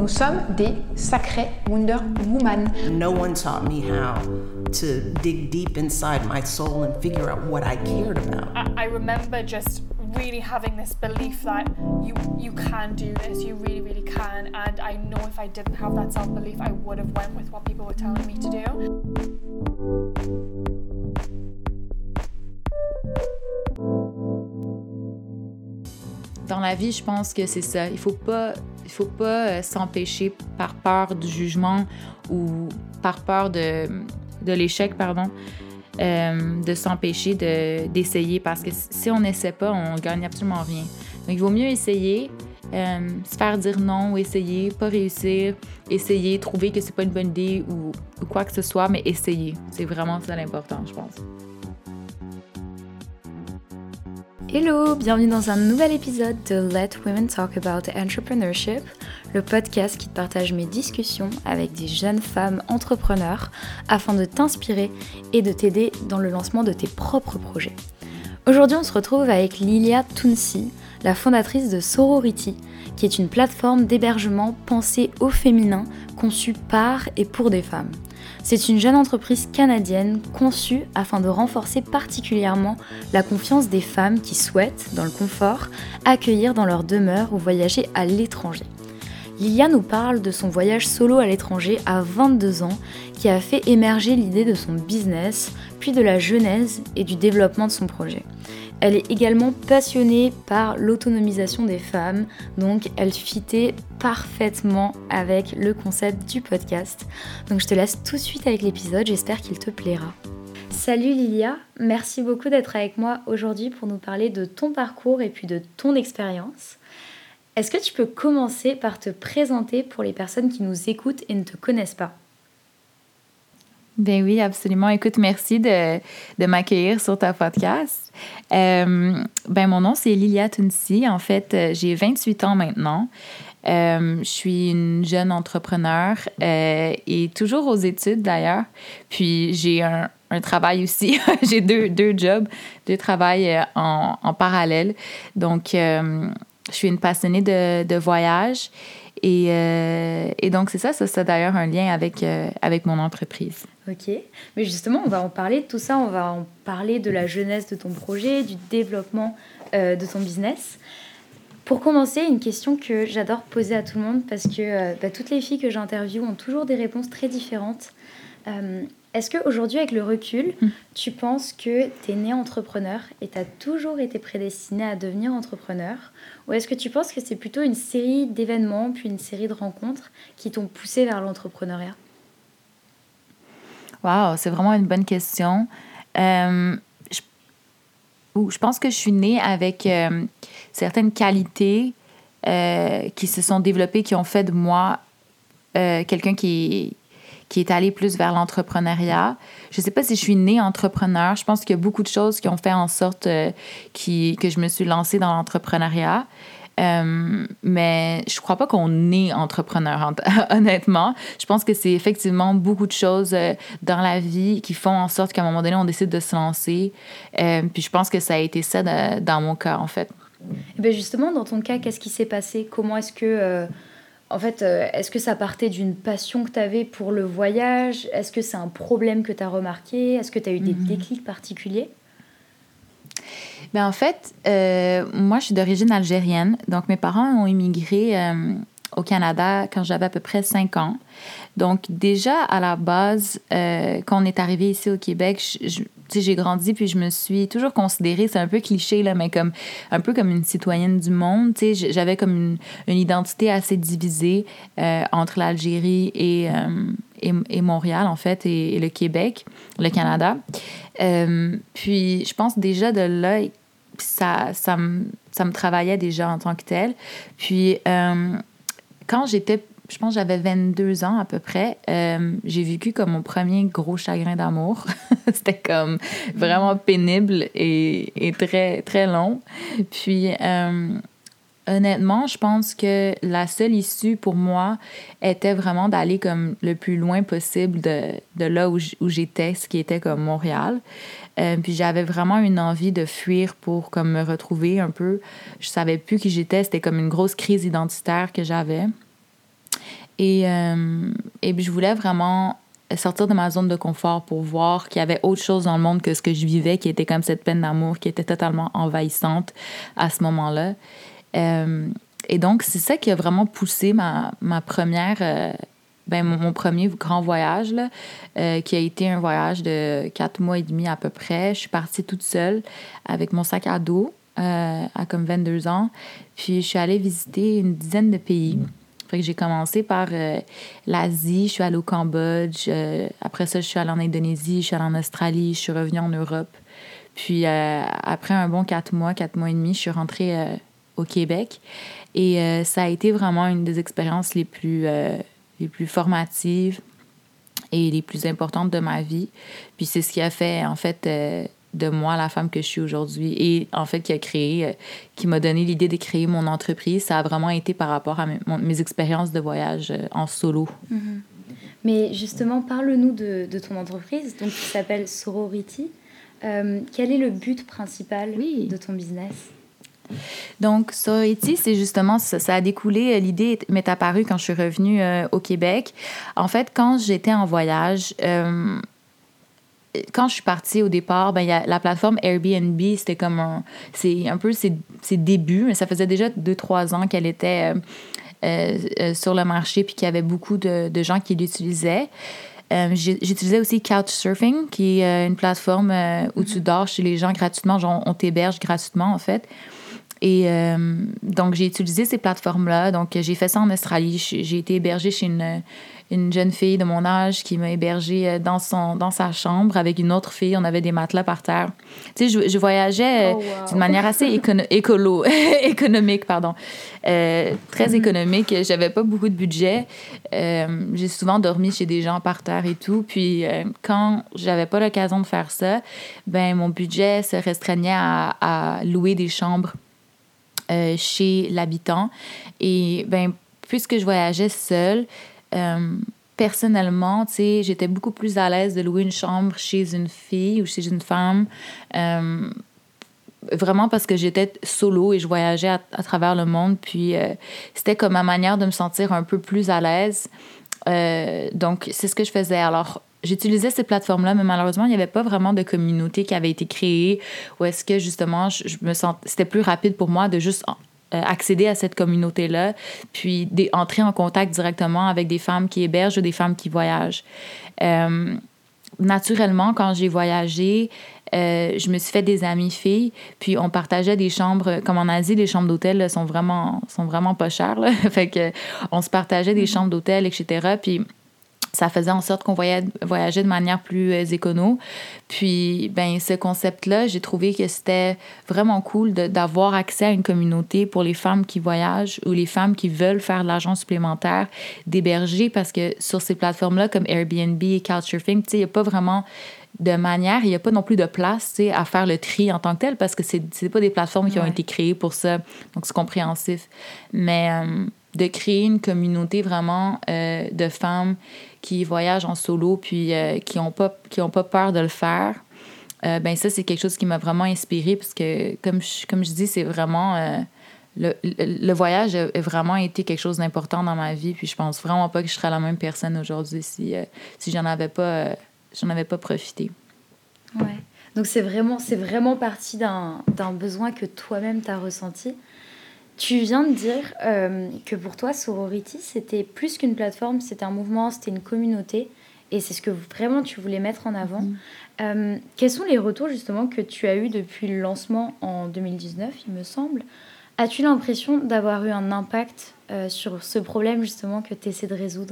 Nous sommes des sacrées Wonder Woman. No one taught me how to dig deep inside my soul and figure out what I cared about. I remember just really having this belief that you can do this, you really, really can. And I know if I didn't have that self-belief, I would have went with what people were telling me to do. Dans la vie, je pense que c'est ça. Il faut pas s'empêcher par peur du jugement ou par peur de l'échec, de s'empêcher d'essayer. Parce que si on n'essaie pas, on gagne absolument rien. Donc, il vaut mieux essayer, se faire dire non ou essayer, pas réussir, essayer, trouver que c'est pas une bonne idée ou quoi que ce soit, mais essayer. C'est vraiment ça l'important, je pense. Hello, bienvenue dans un nouvel épisode de Let Women Talk About Entrepreneurship, le podcast qui te partage mes discussions avec des jeunes femmes entrepreneurs afin de t'inspirer et de t'aider dans le lancement de tes propres projets. Aujourd'hui, on se retrouve avec Lilia Tounsi, la fondatrice de Sorority, qui est une plateforme d'hébergement pensée au féminin, conçue par et pour des femmes. C'est une jeune entreprise canadienne conçue afin de renforcer particulièrement la confiance des femmes qui souhaitent, dans le confort, accueillir dans leur demeure ou voyager à l'étranger. Lilia nous parle de son voyage solo à l'étranger à 22 ans qui a fait émerger l'idée de son business, puis de la genèse et du développement de son projet. Elle est également passionnée par l'autonomisation des femmes, donc elle fitait parfaitement avec le concept du podcast. Donc je te laisse tout de suite avec l'épisode, j'espère qu'il te plaira. Salut Lilia, merci beaucoup d'être avec moi aujourd'hui pour nous parler de ton parcours et puis de ton expérience. Est-ce que tu peux commencer par te présenter pour les personnes qui nous écoutent et ne te connaissent pas ? Ben oui, absolument. Écoute, merci de m'accueillir sur ta podcast. Mon nom, c'est Lilia Tounsi. En fait, j'ai 28 ans maintenant. Je suis une jeune entrepreneur et toujours aux études d'ailleurs. Puis j'ai un travail aussi. J'ai deux jobs, deux travails en parallèle. Donc, je suis une passionnée de voyage. Et donc, c'est ça a d'ailleurs un lien avec mon entreprise. Ok, mais justement, on va en parler de tout ça, on va en parler de la genèse de ton projet, du développement de ton business. Pour commencer, une question que j'adore poser à tout le monde parce que toutes les filles que j'interviewe ont toujours des réponses très différentes. Est-ce qu'aujourd'hui, avec le recul, tu penses que tu es née entrepreneur et tu as toujours été prédestinée à devenir entrepreneur ? Ou est-ce que tu penses que c'est plutôt une série d'événements, puis une série de rencontres qui t'ont poussée vers l'entrepreneuriat ? Wow, c'est vraiment une bonne question. Je pense que je suis née avec certaines qualités qui se sont développées, qui ont fait de moi quelqu'un qui est allé plus vers l'entrepreneuriat. Je ne sais pas si je suis née entrepreneur. Je pense qu'il y a beaucoup de choses qui ont fait en sorte que je me suis lancée dans l'entrepreneuriat. Mais je crois pas qu'on est entrepreneur, honnêtement. Je pense que c'est effectivement beaucoup de choses dans la vie qui font en sorte qu'à un moment donné, on décide de se lancer. Puis je pense que ça a été ça dans mon cas, en fait. Et bien justement, dans ton cas, qu'est-ce qui s'est passé ? Comment est-ce que... est-ce que ça partait d'une passion que tu avais pour le voyage ? Est-ce que c'est un problème que tu as remarqué ? Est-ce que tu as eu des déclics particuliers ? Ben en fait, moi, je suis d'origine algérienne. Donc, mes parents ont immigré au Canada quand j'avais à peu près 5 ans. Donc, déjà, à la base, quand on est arrivé ici au Québec, j'ai grandi puis je me suis toujours considérée, c'est un peu cliché, là, mais un peu comme une citoyenne du monde. J'avais comme une identité assez divisée entre l'Algérie et Montréal, en fait, et le Québec, le Canada. Puis, je pense déjà de là, ça me travaillait déjà en tant que tel. Puis, quand je pense que j'avais 22 ans à peu près, j'ai vécu comme mon premier gros chagrin d'amour. C'était comme vraiment pénible et très, très long. Puis, honnêtement, je pense que la seule issue pour moi était vraiment d'aller comme le plus loin possible de là où j'étais, ce qui était comme Montréal. Puis j'avais vraiment une envie de fuir pour comme me retrouver un peu. Je savais plus qui j'étais. C'était comme une grosse crise identitaire que j'avais. Et puis, je voulais vraiment sortir de ma zone de confort pour voir qu'il y avait autre chose dans le monde que ce que je vivais, qui était comme cette peine d'amour qui était totalement envahissante à ce moment-là. Et donc, c'est ça qui a vraiment poussé ma première... mon premier grand voyage, là, qui a été un voyage de 4 mois et demi à peu près. Je suis partie toute seule avec mon sac à dos à comme 22 ans. Puis, je suis allée visiter une dizaine de pays. Fait que j'ai commencé par l'Asie, je suis allée au Cambodge. Après ça, je suis allée en Indonésie, je suis allée en Australie, je suis revenue en Europe. Puis, après un bon 4 mois et demi, je suis rentrée au Québec. Et ça a été vraiment une des expériences les plus formatives et les plus importantes de ma vie. Puis c'est ce qui a fait, en fait, de moi la femme que je suis aujourd'hui. Et en fait, qui m'a donné l'idée de créer mon entreprise. Ça a vraiment été par rapport à mes expériences de voyage en solo. Mm-hmm. Mais justement, parle-nous de ton entreprise, donc, qui s'appelle Sorority. Quel est le but principal de ton business? Donc, Sorority, c'est justement, ça a découlé, l'idée m'est apparue quand je suis revenue au Québec. En fait, quand j'étais en voyage, quand je suis partie au départ, y a la plateforme Airbnb, c'était comme c'est un peu ses débuts, mais ça faisait déjà 2-3 ans qu'elle était sur le marché puis qu'il y avait beaucoup de gens qui l'utilisaient. J'utilisais aussi Couchsurfing, qui est une plateforme où tu dors chez les gens gratuitement, genre on t'héberge gratuitement, en fait. Et donc, j'ai utilisé ces plateformes-là. Donc, j'ai fait ça en Australie. J'ai été hébergée chez une jeune fille de mon âge qui m'a hébergée dans sa chambre avec une autre fille. On avait des matelas par terre. Tu sais, je voyageais d'une manière assez économique, pardon. Très économique. J'avais pas beaucoup de budget. J'ai souvent dormi chez des gens par terre et tout. Puis, quand j'avais pas l'occasion de faire ça, mon budget se restreignait à louer des chambres chez l'habitant. Et puisque je voyageais seule, personnellement, tu sais, j'étais beaucoup plus à l'aise de louer une chambre chez une fille ou chez une femme, vraiment parce que j'étais solo et je voyageais à travers le monde. Puis c'était comme ma manière de me sentir un peu plus à l'aise. Donc, c'est ce que je faisais. Alors, j'utilisais ces plateformes-là, mais malheureusement, il n'y avait pas vraiment de communauté qui avait été créée où est-ce que, justement, je me sentais... C'était plus rapide pour moi de juste accéder à cette communauté-là, puis entrer en contact directement avec des femmes qui hébergent ou des femmes qui voyagent. Naturellement, quand j'ai voyagé, je me suis fait des amies filles, puis on partageait des chambres. Comme en Asie, les chambres d'hôtel là, sont vraiment pas chères, là. Fait que on se partageait des chambres d'hôtel, etc. Puis ça faisait en sorte qu'on voyageait de manière plus écono. Puis, ce concept-là, j'ai trouvé que c'était vraiment cool d'avoir accès à une communauté pour les femmes qui voyagent ou les femmes qui veulent faire de l'argent supplémentaire, d'héberger, parce que sur ces plateformes-là, comme Airbnb et Couchsurfing, tu sais, il n'y a pas vraiment de manière, il n'y a pas non plus de place, tu sais, à faire le tri en tant que tel, parce que c'est pas des plateformes qui ont été créées pour ça. Donc, c'est compréhensif. Mais de créer une communauté vraiment de femmes qui voyagent en solo puis qui ont pas peur de le faire, ça, c'est quelque chose qui m'a vraiment inspirée, parce que, comme je dis, c'est vraiment... Le voyage a vraiment été quelque chose d'important dans ma vie, puis je pense vraiment pas que je serais la même personne aujourd'hui si j'en avais pas profité. Ouais. Donc, c'est vraiment parti d'un besoin que toi-même t'as ressenti. Tu viens de dire que pour toi, Sorority, c'était plus qu'une plateforme, c'était un mouvement, c'était une communauté, et c'est ce que vraiment tu voulais mettre en avant. Quels sont les retours, justement, que tu as eus depuis le lancement en 2019, il me semble? As-tu l'impression d'avoir eu un impact sur ce problème, justement, que tu essaies de résoudre?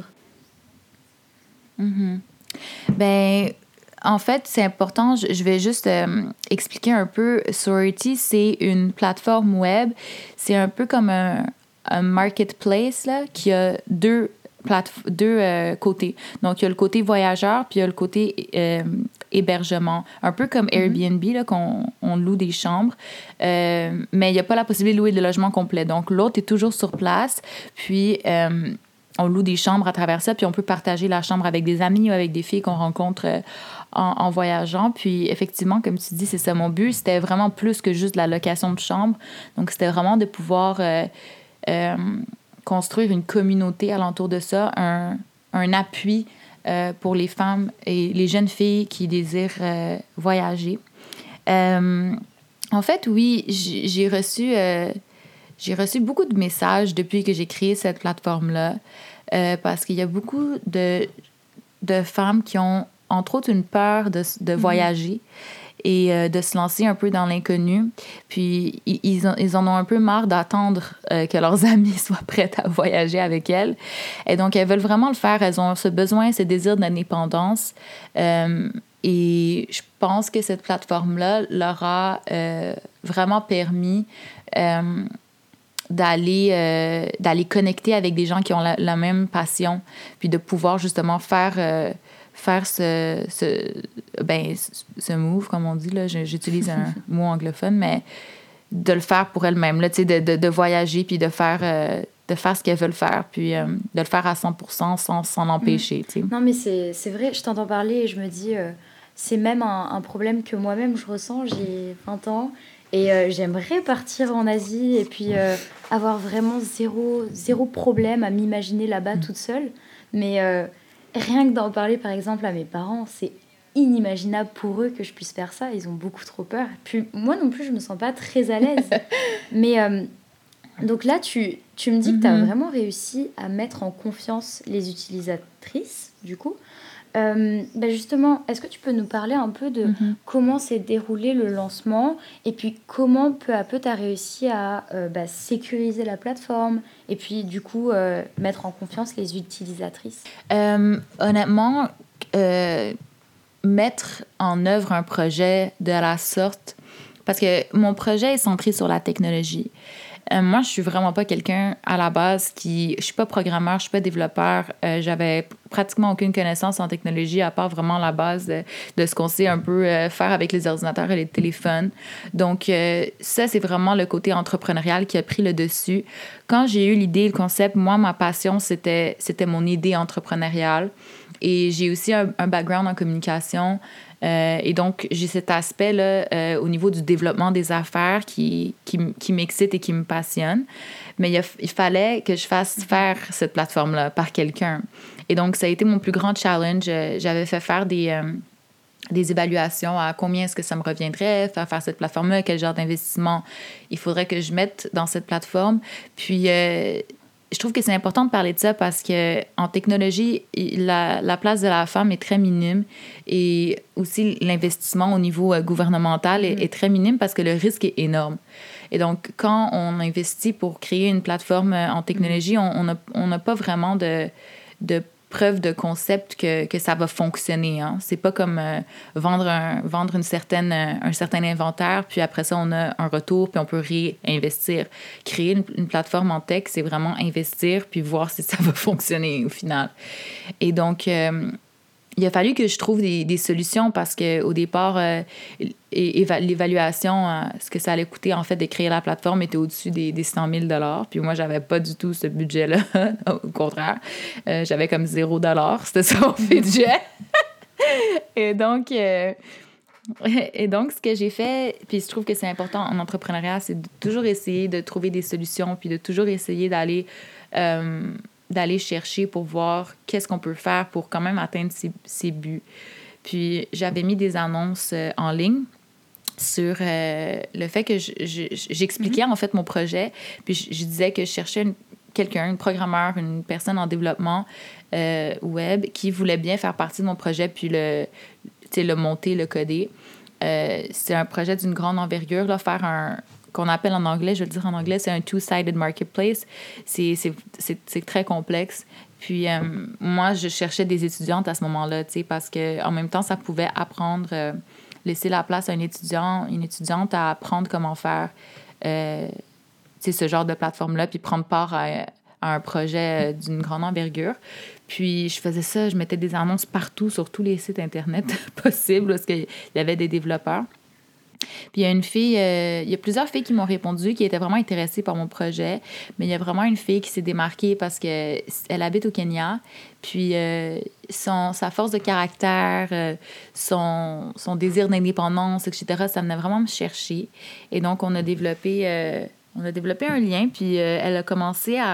En fait, c'est important, je vais juste expliquer un peu. Sorority, c'est une plateforme web. C'est un peu comme un marketplace là, qui a deux côtés. Donc, il y a le côté voyageur, puis il y a le côté hébergement. Un peu comme Airbnb, là, qu'on loue des chambres. Mais il n'y a pas la possibilité de louer le logement complet. Donc, l'autre est toujours sur place. Puis... on loue des chambres à travers ça, puis on peut partager la chambre avec des amis ou avec des filles qu'on rencontre en voyageant. Puis effectivement, comme tu dis, c'est ça mon but. C'était vraiment plus que juste la location de chambre. Donc, c'était vraiment de pouvoir construire une communauté alentour de ça, un appui pour les femmes et les jeunes filles qui désirent voyager. En fait, oui, j'ai reçu beaucoup de messages depuis que j'ai créé cette plateforme-là, parce qu'il y a beaucoup de femmes qui ont, entre autres, une peur de voyager et de se lancer un peu dans l'inconnu. Puis, ils en ont un peu marre d'attendre que leurs amis soient prêtes à voyager avec elles. Et donc, elles veulent vraiment le faire. Elles ont ce besoin, ce désir d'indépendance. Et je pense que cette plateforme-là leur a vraiment permis d'aller connecter avec des gens qui ont la même passion, puis de pouvoir justement faire ce move, comme on dit, là, j'utilise un mot anglophone, mais de le faire pour elles-mêmes, là, de voyager, puis de faire ce qu'elles veulent faire, puis de le faire à 100% sans s'en empêcher. Non, mais c'est vrai, je t'entends parler et je me dis, c'est même un problème que moi-même je ressens, j'ai 20 ans, et j'aimerais partir en Asie et puis avoir vraiment zéro problème à m'imaginer là-bas toute seule, mais rien que d'en parler, par exemple, à mes parents, c'est inimaginable pour eux que je puisse faire ça. Ils ont beaucoup trop peur. Puis moi non plus, je me sens pas très à l'aise. Mais donc là, tu me dis que tu as vraiment réussi à mettre en confiance les utilisatrices, du coup. Justement, est-ce que tu peux nous parler un peu de comment s'est déroulé le lancement et puis comment peu à peu tu as réussi à sécuriser la plateforme et puis du coup mettre en confiance les utilisatrices? Honnêtement, mettre en œuvre un projet de la sorte, parce que mon projet est centré sur la technologie. Moi, je suis vraiment pas quelqu'un à la base je suis pas programmeur, je suis pas développeur. J'avais pratiquement aucune connaissance en technologie à part vraiment la base de ce qu'on sait un peu faire avec les ordinateurs et les téléphones. Donc, ça, c'est vraiment le côté entrepreneurial qui a pris le dessus. Quand j'ai eu l'idée, le concept, moi, ma passion, c'était mon idée entrepreneuriale. Et j'ai aussi un background en communication. Et donc, j'ai cet aspect-là au niveau du développement des affaires qui m'excite et qui me passionne. Mais il fallait que je fasse faire cette plateforme-là par quelqu'un. Et donc, ça a été mon plus grand challenge. J'avais fait faire des évaluations à combien est-ce que ça me reviendrait, faire cette plateforme-là, quel genre d'investissement il faudrait que je mette dans cette plateforme. Puis, je trouve que c'est important de parler de ça parce qu'en technologie, la place de la femme est très minime et aussi l'investissement au niveau gouvernemental est très minime parce que le risque est énorme. Et donc, quand on investit pour créer une plateforme en technologie, on n'a pas vraiment de preuve de concept que ça va fonctionner. Hein. C'est pas comme vendre un certain inventaire, puis après ça, on a un retour, puis on peut réinvestir. Créer une plateforme en tech, c'est vraiment investir, puis voir si ça va fonctionner au final. Et donc, il a fallu que je trouve des solutions parce qu'au départ, l'évaluation, ce que ça allait coûter en fait de créer la plateforme était au-dessus des 100 000 $. Puis moi, j'avais pas du tout ce budget-là. Au contraire, j'avais comme 0 $. C'était ça mon budget. Et donc, ce que j'ai fait, puis je trouve que c'est important en entrepreneuriat, c'est de toujours essayer de trouver des solutions, puis de toujours essayer d'aller chercher pour voir qu'est-ce qu'on peut faire pour quand même atteindre ses buts. Puis j'avais mis des annonces en ligne sur le fait que j'expliquais en fait mon projet, puis je disais que je cherchais quelqu'un, un programmeur, une personne en développement web qui voulait bien faire partie de mon projet, puis le monter, le coder. C'est un projet d'une grande envergure, là, faire qu'on appelle en anglais, je vais le dire en anglais, c'est un two-sided marketplace. C'est très complexe. Puis moi, je cherchais des étudiantes à ce moment-là, tu sais, parce qu'en même temps, ça pouvait laisser la place à une étudiante à apprendre comment faire ce genre de plateforme-là, puis prendre part à un projet d'une grande envergure. Puis je faisais ça, je mettais des annonces partout, sur tous les sites Internet possibles, parce qu'il y avait des développeurs. Puis il y a plusieurs filles qui m'ont répondu, qui étaient vraiment intéressées par mon projet, mais il y a vraiment une fille qui s'est démarquée parce qu'elle habite au Kenya, puis sa force de caractère, son désir d'indépendance, etc., ça venait vraiment me chercher. Et donc, on a développé un lien, puis elle a commencé à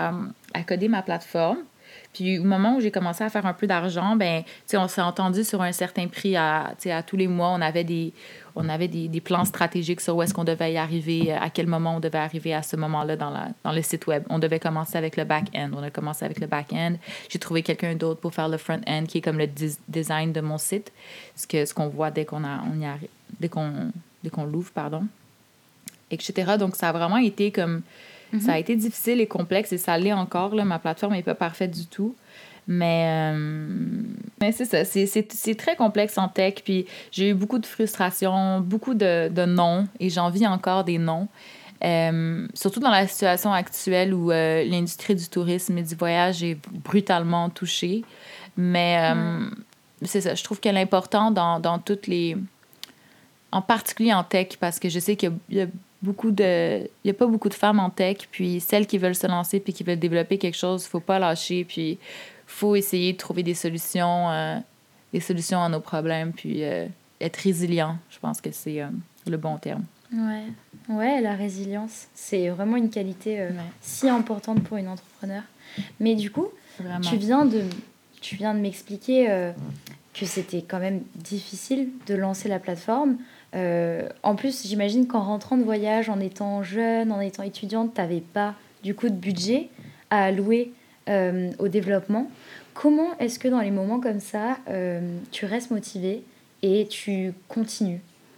à coder ma plateforme. Puis au moment où j'ai commencé à faire un peu d'argent, ben, tu sais, on s'est entendu sur un certain prix à tous les mois. On avait des plans stratégiques sur où est-ce qu'on devait y arriver, à quel moment on devait arriver à ce moment-là dans le site web. On devait commencer avec le back-end. On a commencé avec le back-end. J'ai trouvé quelqu'un d'autre pour faire le front-end, qui est comme le design de mon site, ce qu'on voit dès qu'on l'ouvre, pardon, etc. Donc, ça a vraiment été comme... Ça a été difficile et complexe et ça l'est encore. Là. Ma plateforme n'est pas parfaite du tout. Mais c'est ça. C'est très complexe en tech. Puis j'ai eu beaucoup de frustration, beaucoup de non. Et j'en vis encore des non. Surtout dans la situation actuelle où l'industrie du tourisme et du voyage est brutalement touchée. Mais c'est ça. Je trouve que l'important dans toutes les... En particulier en tech, parce que je sais qu'il y a il n'y a pas beaucoup de femmes en tech, puis celles qui veulent se lancer puis qui veulent développer quelque chose, il ne faut pas lâcher, puis il faut essayer de trouver des solutions à nos problèmes, puis être résilient. Je pense que c'est le bon terme. Ouais, la résilience, c'est vraiment une qualité si importante pour une entrepreneur. Mais du coup, tu viens de m'expliquer que c'était quand même difficile de lancer la plateforme. En plus, j'imagine qu'en rentrant de voyage, en étant jeune, en étant étudiante, tu n'avais pas du coup de budget à allouer au développement. Comment est-ce que dans les moments comme ça, tu restes motivée et tu continues?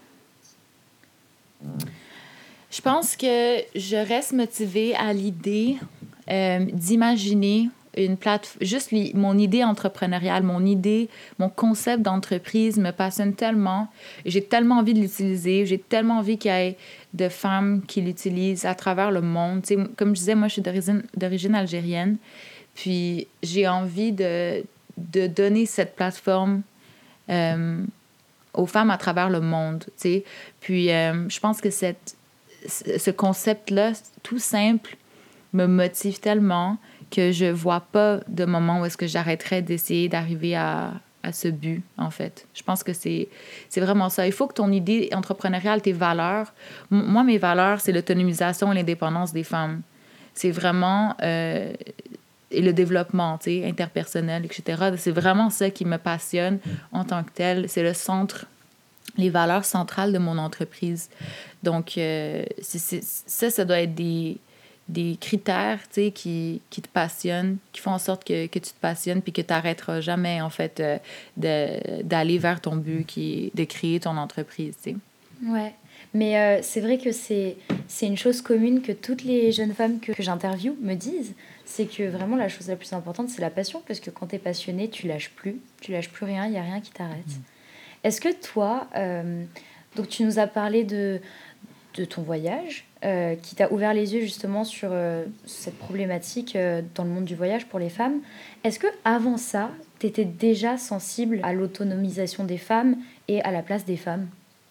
Je pense que je reste motivée à l'idée d'imaginer mon idée entrepreneuriale, mon concept d'entreprise me passionne tellement. J'ai tellement envie de l'utiliser. J'ai tellement envie qu'il y ait de femmes qui l'utilisent à travers le monde. T'sais, comme je disais, moi, je suis d'origine algérienne. Puis j'ai envie de donner cette plateforme aux femmes à travers le monde. T'sais. Puis je pense que ce concept-là, tout simple, me motive tellement que je vois pas de moment où est-ce que j'arrêterais d'essayer d'arriver à ce but, en fait. Je pense que c'est vraiment ça. Il faut que ton idée entrepreneuriale, tes valeurs... Moi, mes valeurs, c'est l'autonomisation et l'indépendance des femmes. C'est vraiment... et le développement, tu sais, interpersonnel, etc. C'est vraiment ça qui me passionne en tant que tel. C'est le centre, les valeurs centrales de mon entreprise. Donc, ça doit être des critères, tu sais, qui te passionnent, qui font en sorte que tu te passionnes puis que tu n'arrêteras jamais, en fait, d'aller vers ton but qui est de créer ton entreprise, tu sais. Ouais, mais c'est vrai que c'est une chose commune que toutes les jeunes femmes que j'interviewe me disent, c'est que vraiment la chose la plus importante, c'est la passion, parce que quand tu es passionnée, tu lâches plus rien, il n'y a rien qui t'arrête. Est-ce que toi, donc tu nous as parlé de ton voyage, qui t'a ouvert les yeux justement sur cette problématique dans le monde du voyage pour les femmes. Est-ce que avant ça, tu étais déjà sensible à l'autonomisation des femmes et à la place des femmes?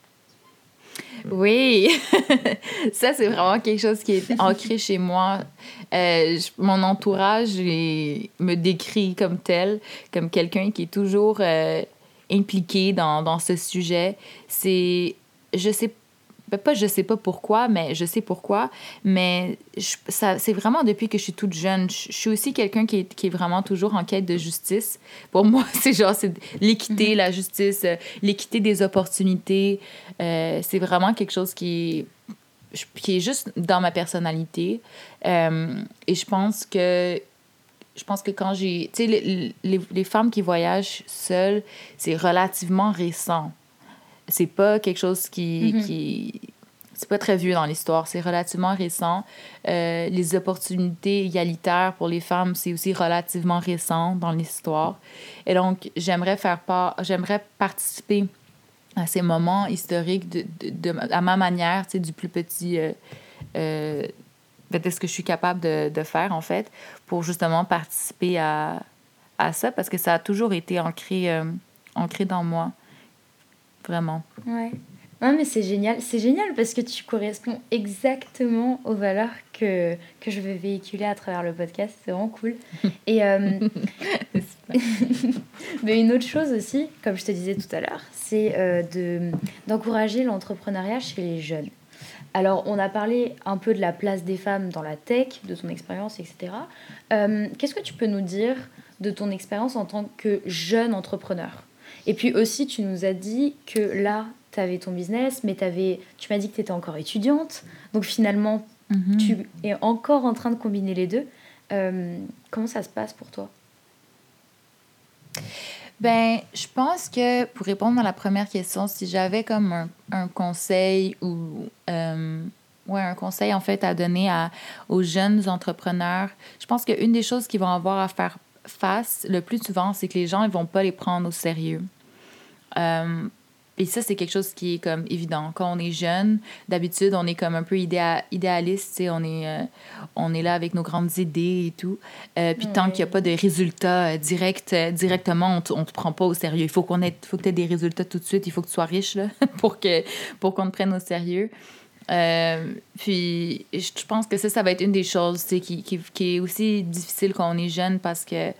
Oui, ça c'est vraiment quelque chose qui est ancré chez moi. Mon entourage me décrit comme tel, comme quelqu'un qui est toujours impliqué dans ce sujet. Je sais pas pourquoi, mais je sais pourquoi. Mais c'est vraiment depuis que je suis toute jeune. Je suis aussi quelqu'un qui est vraiment toujours en quête de justice. Pour moi, c'est l'équité, la justice, l'équité des opportunités. C'est vraiment quelque chose qui est juste dans ma personnalité. Et je pense que quand j'ai... Tu sais, les femmes qui voyagent seules, c'est relativement récent. C'est pas quelque chose c'est pas très vieux dans l'histoire, c'est relativement récent. Les opportunités égalitaires pour les femmes, c'est aussi relativement récent dans l'histoire. Et donc, j'aimerais participer à ces moments historiques à ma manière, tu sais, du plus petit... de ce que je suis capable de faire, en fait, pour justement participer à ça, parce que ça a toujours été ancré dans moi. Vraiment. Ouais. Non, mais c'est génial. C'est génial parce que tu corresponds exactement aux valeurs que je vais véhiculer à travers le podcast. C'est vraiment cool. Et mais une autre chose aussi, comme je te disais tout à l'heure, c'est d'encourager l'entrepreneuriat chez les jeunes. Alors, on a parlé un peu de la place des femmes dans la tech, de ton expérience, etc. Qu'est-ce que tu peux nous dire de ton expérience en tant que jeune entrepreneur? Et puis aussi, tu nous as dit que là, tu avais ton business, mais tu m'as dit que tu étais encore étudiante. Donc finalement, tu es encore en train de combiner les deux. Comment ça se passe pour toi? Ben, je pense que pour répondre à la première question, si j'avais comme un conseil ou un conseil en fait à donner aux jeunes entrepreneurs, je pense qu'une des choses qu'ils vont avoir à faire face le plus souvent, c'est que les gens ils vont pas les prendre au sérieux. Et ça, c'est quelque chose qui est comme évident. Quand on est jeune, d'habitude, on est comme un peu idéaliste, tu sais, on est là avec nos grandes idées et tout. Puis tant qu'il n'y a pas de résultats directement, on ne te prend pas au sérieux. Il faut que tu aies des résultats tout de suite. Il faut que tu sois riche là, pour qu'on te prenne au sérieux. Puis je pense que ça va être une des choses qui est aussi difficile quand on est jeune parce que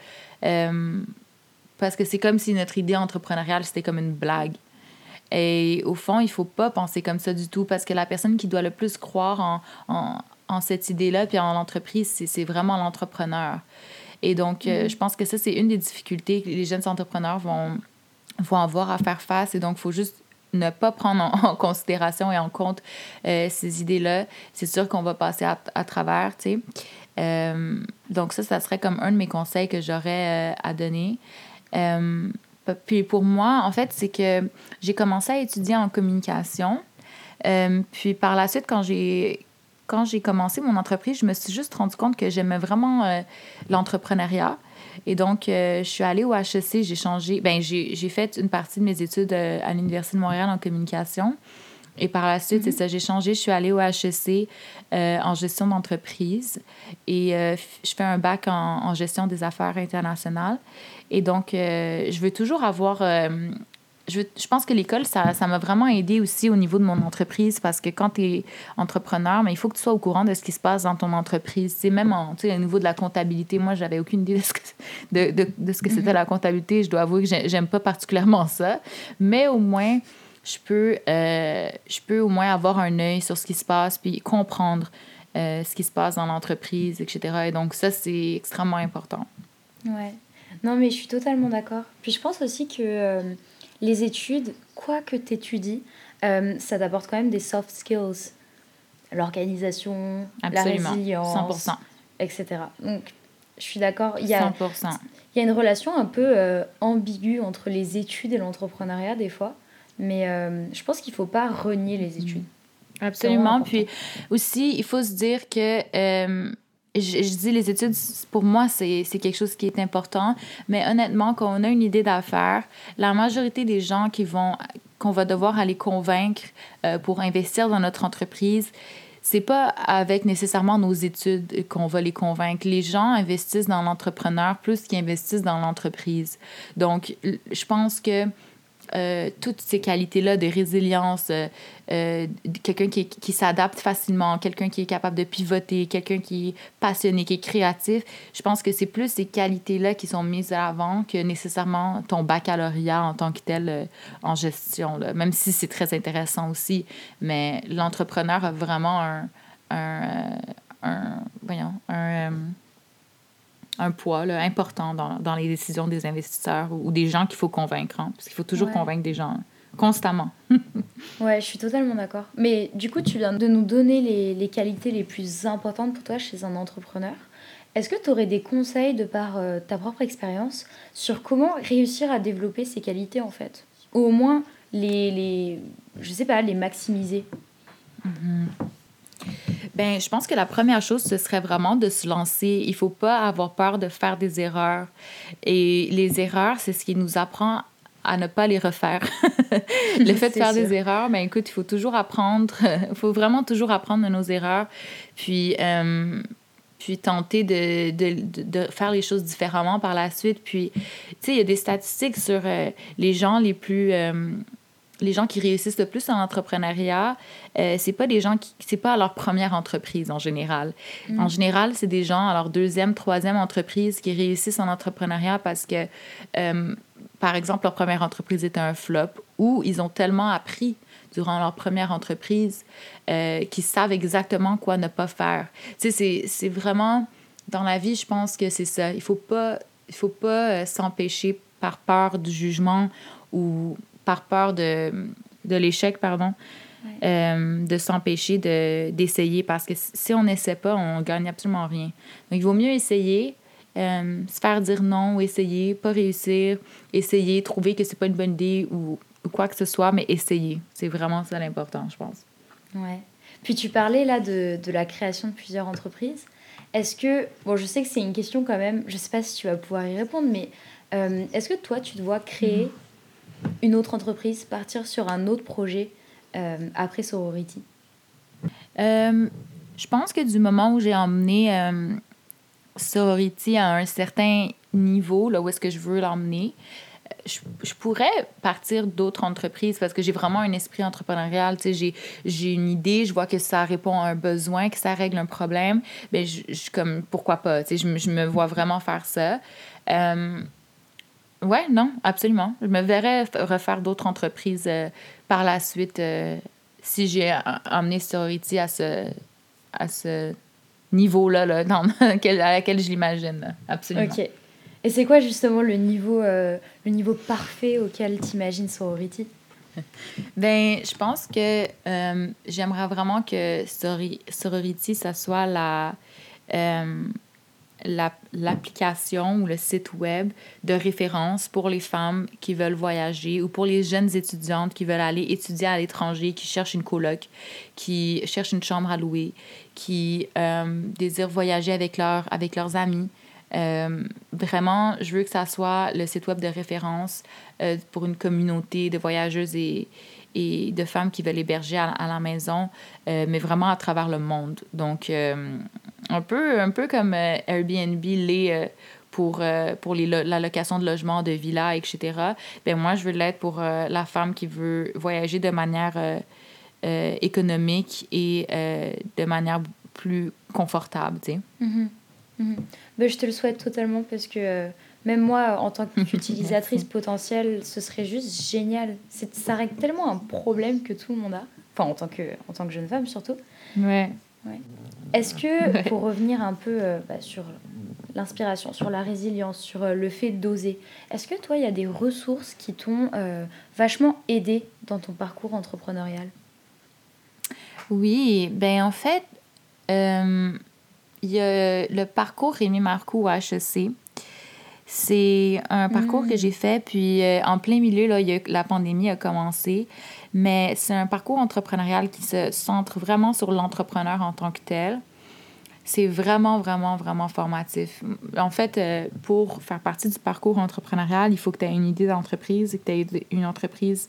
c'est comme si notre idée entrepreneuriale, c'était comme une blague. Et au fond, il ne faut pas penser comme ça du tout parce que la personne qui doit le plus croire en cette idée-là puis en l'entreprise, c'est vraiment l'entrepreneur. Et donc, je pense que ça, c'est une des difficultés que les jeunes entrepreneurs vont avoir à faire face. Et donc, il faut juste ne pas prendre en considération et en compte ces idées-là. C'est sûr qu'on va passer à travers, tu sais. Donc, ça serait comme un de mes conseils que j'aurais à donner. Puis pour moi, en fait, c'est que j'ai commencé à étudier en communication. Puis par la suite, quand j'ai commencé mon entreprise, je me suis juste rendu compte que j'aimais vraiment l'entrepreneuriat. Et donc, je suis allée au HEC, j'ai fait une partie de mes études à l'Université de Montréal en communication. Et par la suite, c'est ça, j'ai changé. Je suis allée au HEC en gestion d'entreprise et je fais un bac en gestion des affaires internationales. Et donc, je veux toujours avoir... je pense que l'école, ça m'a vraiment aidée aussi au niveau de mon entreprise parce que quand tu es entrepreneur, il faut que tu sois au courant de ce qui se passe dans ton entreprise. C'est même au niveau de la comptabilité. Moi, j'avais aucune idée de ce que c'était la comptabilité. Je dois avouer que j'aime pas particulièrement ça. Mais au moins... Je peux au moins avoir un œil sur ce qui se passe puis comprendre ce qui se passe dans l'entreprise, etc. Et donc, ça, c'est extrêmement important. Ouais. Non, mais je suis totalement d'accord. Puis je pense aussi que les études, quoi que tu étudies, ça t'apporte quand même des soft skills. L'organisation, absolument, la résilience, 100%. Etc. Donc, je suis d'accord. 100%. Il y a une relation un peu ambiguë entre les études et l'entrepreneuriat, des fois. Mais je pense qu'il ne faut pas renier les études. Absolument. Puis aussi, il faut se dire que je dis les études, pour moi, c'est quelque chose qui est important. Mais honnêtement, quand on a une idée d'affaires, la majorité des gens qu'on va devoir aller convaincre pour investir dans notre entreprise, c'est pas avec nécessairement nos études qu'on va les convaincre. Les gens investissent dans l'entrepreneur plus qu'ils investissent dans l'entreprise. Donc, je pense que toutes ces qualités-là de résilience, quelqu'un qui s'adapte facilement, quelqu'un qui est capable de pivoter, quelqu'un qui est passionné, qui est créatif, je pense que c'est plus ces qualités-là qui sont mises à l'avant que nécessairement ton baccalauréat en tant que tel en gestion, là. Même si c'est très intéressant aussi, mais l'entrepreneur a vraiment un poids là, important dans les décisions des investisseurs ou des gens qu'il faut convaincre. Hein, parce qu'il faut toujours convaincre des gens constamment. Ouais, je suis totalement d'accord. Mais du coup, tu viens de nous donner les qualités les plus importantes pour toi chez un entrepreneur. Est-ce que tu aurais des conseils de par ta propre expérience sur comment réussir à développer ces qualités, en fait? Ou au moins les maximiser? Ben, je pense que la première chose, ce serait vraiment de se lancer. Il ne faut pas avoir peur de faire des erreurs. Et les erreurs, c'est ce qui nous apprend à ne pas les refaire. Le fait de faire des erreurs, ben écoute, il faut toujours apprendre. Il faut vraiment toujours apprendre de nos erreurs. Puis tenter de faire les choses différemment par la suite. Puis, tu sais, il y a des statistiques sur les gens les gens qui réussissent le plus en entrepreneuriat, c'est pas leur première entreprise en général. En général, c'est des gens à leur deuxième, troisième entreprise qui réussissent en entrepreneuriat parce que, par exemple, leur première entreprise était un flop ou ils ont tellement appris durant leur première entreprise, qui savent exactement quoi ne pas faire. Tu sais, c'est vraiment... Dans la vie, je pense que c'est ça. Il faut pas s'empêcher par peur du jugement ou par peur de l'échec, pardon, de s'empêcher d'essayer. Parce que si on n'essaie pas, on gagne absolument rien. Donc, il vaut mieux essayer, se faire dire non ou essayer, pas réussir, essayer, trouver que c'est pas une bonne idée ou quoi que ce soit, mais essayer. C'est vraiment ça l'important, je pense. Ouais. Puis tu parlais là de la création de plusieurs entreprises. Est-ce que, bon, je sais que c'est une question quand même, je sais pas si tu vas pouvoir y répondre, mais est-ce que toi, tu dois créer une autre entreprise, partir sur un autre projet après Sorority? Je pense que du moment où j'ai emmené Sorority à un certain niveau, là où est-ce que je veux l'emmener, je pourrais partir d'autres entreprises parce que j'ai vraiment un esprit entrepreneurial. Tu sais, j'ai une idée, je vois que ça répond à un besoin, que ça règle un problème. Bien, je comme, pourquoi pas? Tu sais, je me vois vraiment faire ça. Ouais, non, absolument. Je me verrais refaire d'autres entreprises par la suite si j'ai emmené Sorority à ce niveau-là, là, à laquelle je l'imagine. Là. Absolument. OK. Et c'est quoi justement le niveau parfait auquel t'imagines Sorority? Ben, je pense que j'aimerais vraiment que Sorority, ça soit l'application ou le site web de référence pour les femmes qui veulent voyager ou pour les jeunes étudiantes qui veulent aller étudier à l'étranger, qui cherchent une coloc, qui cherchent une chambre à louer, qui désirent voyager avec leurs amis. Vraiment, je veux que ça soit le site web de référence pour une communauté de voyageuses et de femmes qui veulent héberger à la maison, mais vraiment à travers le monde. Donc, un peu comme Airbnb l'est pour la location de logements, de villas, etc. Ben moi, je veux l'être pour la femme qui veut voyager de manière économique et de manière plus confortable, tu sais. Mm-hmm. Mm-hmm. Ben, je te le souhaite totalement parce que même moi, en tant qu'utilisatrice potentielle, ce serait juste génial. Ça règle tellement un problème que tout le monde a. Enfin, en tant que jeune femme, surtout. Ouais. Est-ce que, pour revenir un peu sur l'inspiration, sur la résilience, sur le fait d'oser, est-ce que toi, il y a des ressources qui t'ont vachement aidé dans ton parcours entrepreneurial? Oui, ben en fait, il y a le parcours Rémi Marcoux à HEC. C'est un parcours que j'ai fait, puis en plein milieu, là, la pandémie a commencé. Mais c'est un parcours entrepreneurial qui se centre vraiment sur l'entrepreneur en tant que tel. C'est vraiment, vraiment, vraiment formatif. En fait, pour faire partie du parcours entrepreneurial, il faut que tu aies une idée d'entreprise et que tu aies une entreprise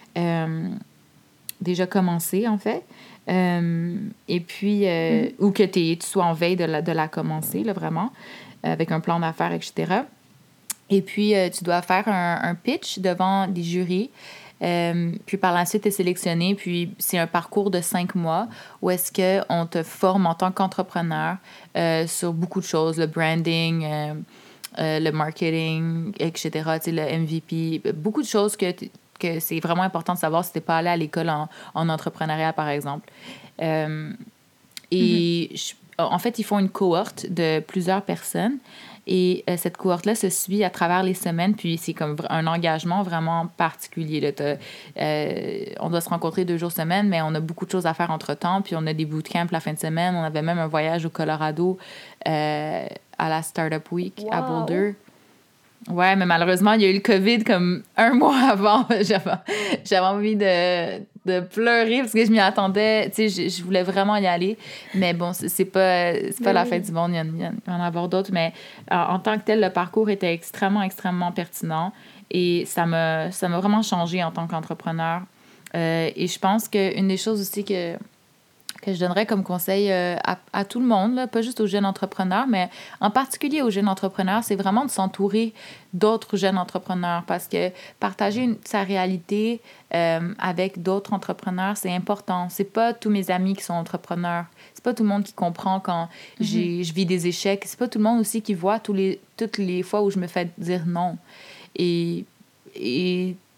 déjà commencée, en fait. Et puis, ou que tu sois en veille de la commencer, là, vraiment, avec un plan d'affaires, etc. Et puis, tu dois faire un pitch devant des jurys. Puis par la suite, tu es sélectionné. Puis c'est un parcours de 5 mois où est-ce qu'on te forme en tant qu'entrepreneur sur beaucoup de choses, le branding, le marketing, etc., tu sais, le MVP, beaucoup de choses que c'est vraiment important de savoir si tu n'es pas allé à l'école en entrepreneuriat, par exemple. En fait, ils font une cohorte de plusieurs personnes. Et cette cohorte-là se suit à travers les semaines, puis c'est comme un engagement vraiment particulier. Là. On doit se rencontrer 2 jours semaine, mais on a beaucoup de choses à faire entre-temps, puis on a des bootcamps la fin de semaine. On avait même un voyage au Colorado à la Startup Week à Boulder. Ouais, mais malheureusement, il y a eu le COVID comme 1 mois avant. J'avais envie de pleurer parce que je m'y attendais. Tu sais, je voulais vraiment y aller. Mais bon, c'est pas la fin du monde. Il y en a avoir d'autres. Mais en tant que tel, le parcours était extrêmement, extrêmement pertinent. Et ça m'a vraiment changé en tant qu'entrepreneur. Et je pense qu'une des choses aussi que je donnerais comme conseil à tout le monde, là, pas juste aux jeunes entrepreneurs, mais en particulier aux jeunes entrepreneurs, c'est vraiment de s'entourer d'autres jeunes entrepreneurs parce que partager sa réalité avec d'autres entrepreneurs, c'est important. C'est pas tous mes amis qui sont entrepreneurs. C'est pas tout le monde qui comprend quand je vis des échecs. C'est pas tout le monde aussi qui voit toutes les fois où je me fais dire non. Et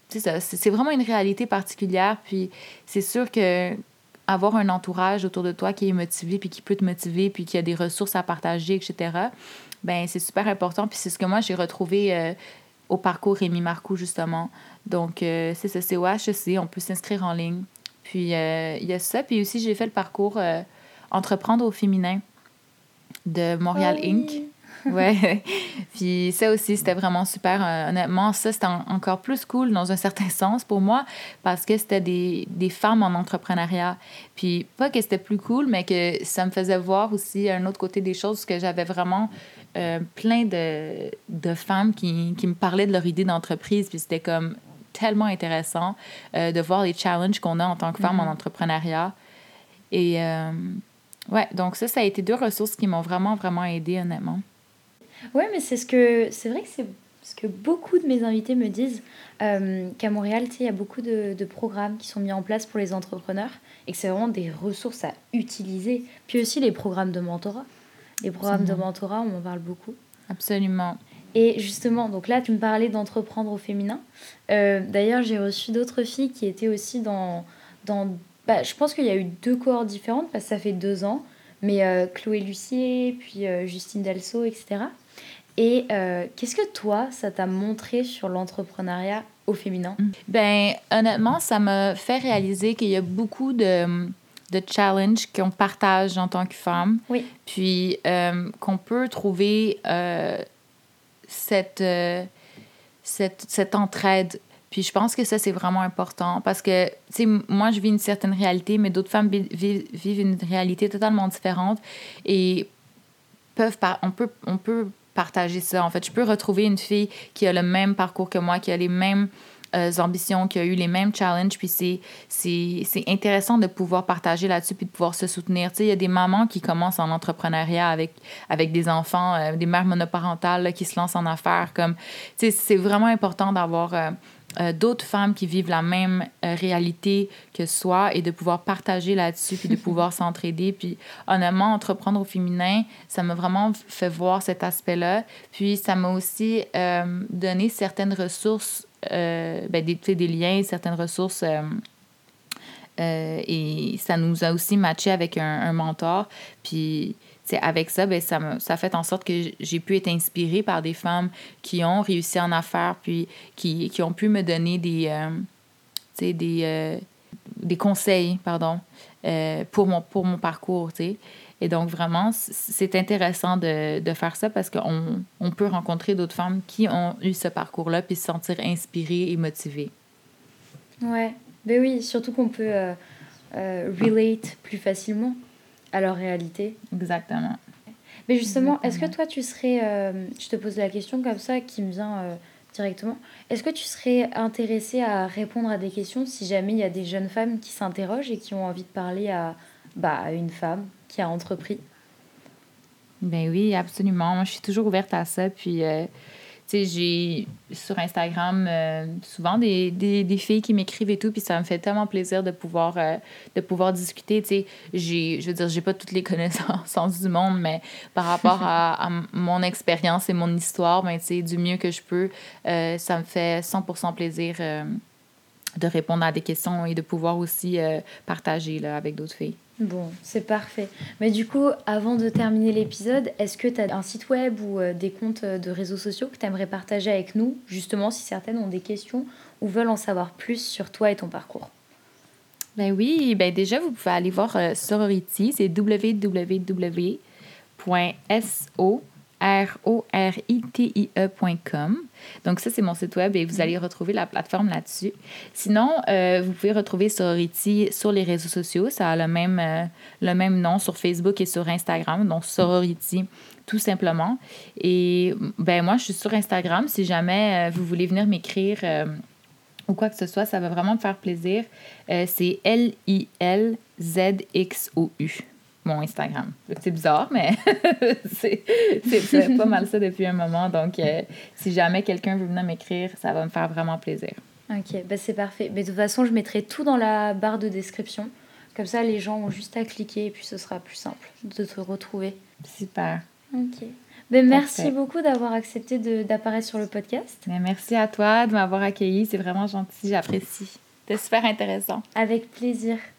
c'est vraiment une réalité particulière. Puis c'est sûr que avoir un entourage autour de toi qui est motivé, puis qui peut te motiver, puis qui a des ressources à partager, etc., ben c'est super important. Puis c'est ce que moi, j'ai retrouvé au parcours Rémi Marcoux, justement. Donc, c'est ça, c'est au HEC, on peut s'inscrire en ligne. Puis, il y a ça. Puis aussi, j'ai fait le parcours Entreprendre au féminin de Montréal Inc. Ouais. Puis ça aussi, c'était vraiment super. Honnêtement, ça, c'était encore plus cool dans un certain sens pour moi parce que c'était des femmes en entrepreneuriat. Puis pas que c'était plus cool, mais que ça me faisait voir aussi un autre côté des choses, que j'avais vraiment plein de femmes qui me parlaient de leur idée d'entreprise. Puis c'était comme tellement intéressant de voir les challenges qu'on a en tant que femme en entrepreneuriat. Et ouais, donc ça a été 2 ressources qui m'ont vraiment, vraiment aidée, honnêtement. Ouais, mais c'est vrai que c'est ce que beaucoup de mes invités me disent, qu'à Montréal, tu sais, il y a beaucoup de programmes qui sont mis en place pour les entrepreneurs et que c'est vraiment des ressources à utiliser. Puis aussi les programmes de mentorat. Les programmes de mentorat, on en parle beaucoup. Absolument. Et justement, donc là, tu me parlais d'entreprendre au féminin. D'ailleurs, j'ai reçu d'autres filles qui étaient aussi dans je pense qu'il y a eu 2 cohortes différentes parce que ça fait 2 ans. Mais Chloé Lucier, puis Justine Delso, etc. Et qu'est-ce que toi, ça t'a montré sur l'entrepreneuriat au féminin? Ben, honnêtement, ça m'a fait réaliser qu'il y a beaucoup de challenges qu'on partage en tant que femme. Oui. Puis qu'on peut trouver cette entraide. Puis je pense que ça, c'est vraiment important parce que, tu sais, moi, je vis une certaine réalité, mais d'autres femmes vivent une réalité totalement différente et on peut partager ça. En fait, je peux retrouver une fille qui a le même parcours que moi, qui a les mêmes ambitions, qui a eu les mêmes challenges, puis c'est intéressant de pouvoir partager là-dessus puis de pouvoir se soutenir. Tu sais, il y a des mamans qui commencent en entrepreneuriat avec des enfants, des mères monoparentales là, qui se lancent en affaires. Comme, tu sais, c'est vraiment important d'avoir d'autres femmes qui vivent la même réalité que soi et de pouvoir partager là-dessus puis de pouvoir s'entraider. Puis honnêtement, entreprendre au féminin, ça m'a vraiment fait voir cet aspect-là. Puis ça m'a aussi donné certaines ressources, des liens, certaines ressources et ça nous a aussi matché avec un mentor. Puis avec ça, ça fait en sorte que j'ai pu être inspirée par des femmes qui ont réussi en affaires, puis qui ont pu me donner des conseils, pour mon parcours, tu sais. Et donc, vraiment, c'est intéressant de faire ça parce qu'on peut rencontrer d'autres femmes qui ont eu ce parcours-là puis se sentir inspirées et motivées. Ouais, ben oui, surtout qu'on peut relate plus facilement à leur réalité. Exactement. Mais justement, est-ce que toi, tu serais... je te pose la question comme ça, qui me vient directement. Est-ce que tu serais intéressée à répondre à des questions si jamais il y a des jeunes femmes qui s'interrogent et qui ont envie de parler à une femme qui a entrepris? Ben oui, absolument. Moi, je suis toujours ouverte à ça. Puis, tu sais, j'ai sur Instagram souvent des filles qui m'écrivent et tout, puis ça me fait tellement plaisir de pouvoir discuter. Tu sais, je veux dire, j'ai pas toutes les connaissances du monde, mais par rapport à mon expérience et mon histoire, ben, tu sais, du mieux que je peux, ça me fait 100% plaisir de répondre à des questions et de pouvoir aussi partager là, avec d'autres filles. Bon, c'est parfait. Mais du coup, avant de terminer l'épisode, est-ce que tu as un site web ou des comptes de réseaux sociaux que tu aimerais partager avec nous, justement si certaines ont des questions ou veulent en savoir plus sur toi et ton parcours? Ben oui, ben déjà, vous pouvez aller voir Sorority, c'est www.sororie.com. Donc ça, c'est mon site web et vous allez retrouver la plateforme là-dessus. Sinon, vous pouvez retrouver Sorority sur les réseaux sociaux. Ça a le même nom sur Facebook et sur Instagram, donc Sorority, tout simplement. Et ben moi, je suis sur Instagram. Si jamais vous voulez venir m'écrire ou quoi que ce soit, ça va vraiment me faire plaisir. C'est LILZXOU. Mon Instagram. C'est bizarre, mais c'est pas mal ça depuis un moment. Donc, si jamais quelqu'un veut venir m'écrire, ça va me faire vraiment plaisir. Ok, ben c'est parfait. Mais de toute façon, je mettrai tout dans la barre de description. Comme ça, les gens ont juste à cliquer et puis ce sera plus simple de te retrouver. Super. Ok. Merci Parfait. beaucoup d'avoir accepté d'apparaître sur le podcast. Mais merci à toi de m'avoir accueilli. C'est vraiment gentil, j'apprécie. C'était super intéressant. Avec plaisir.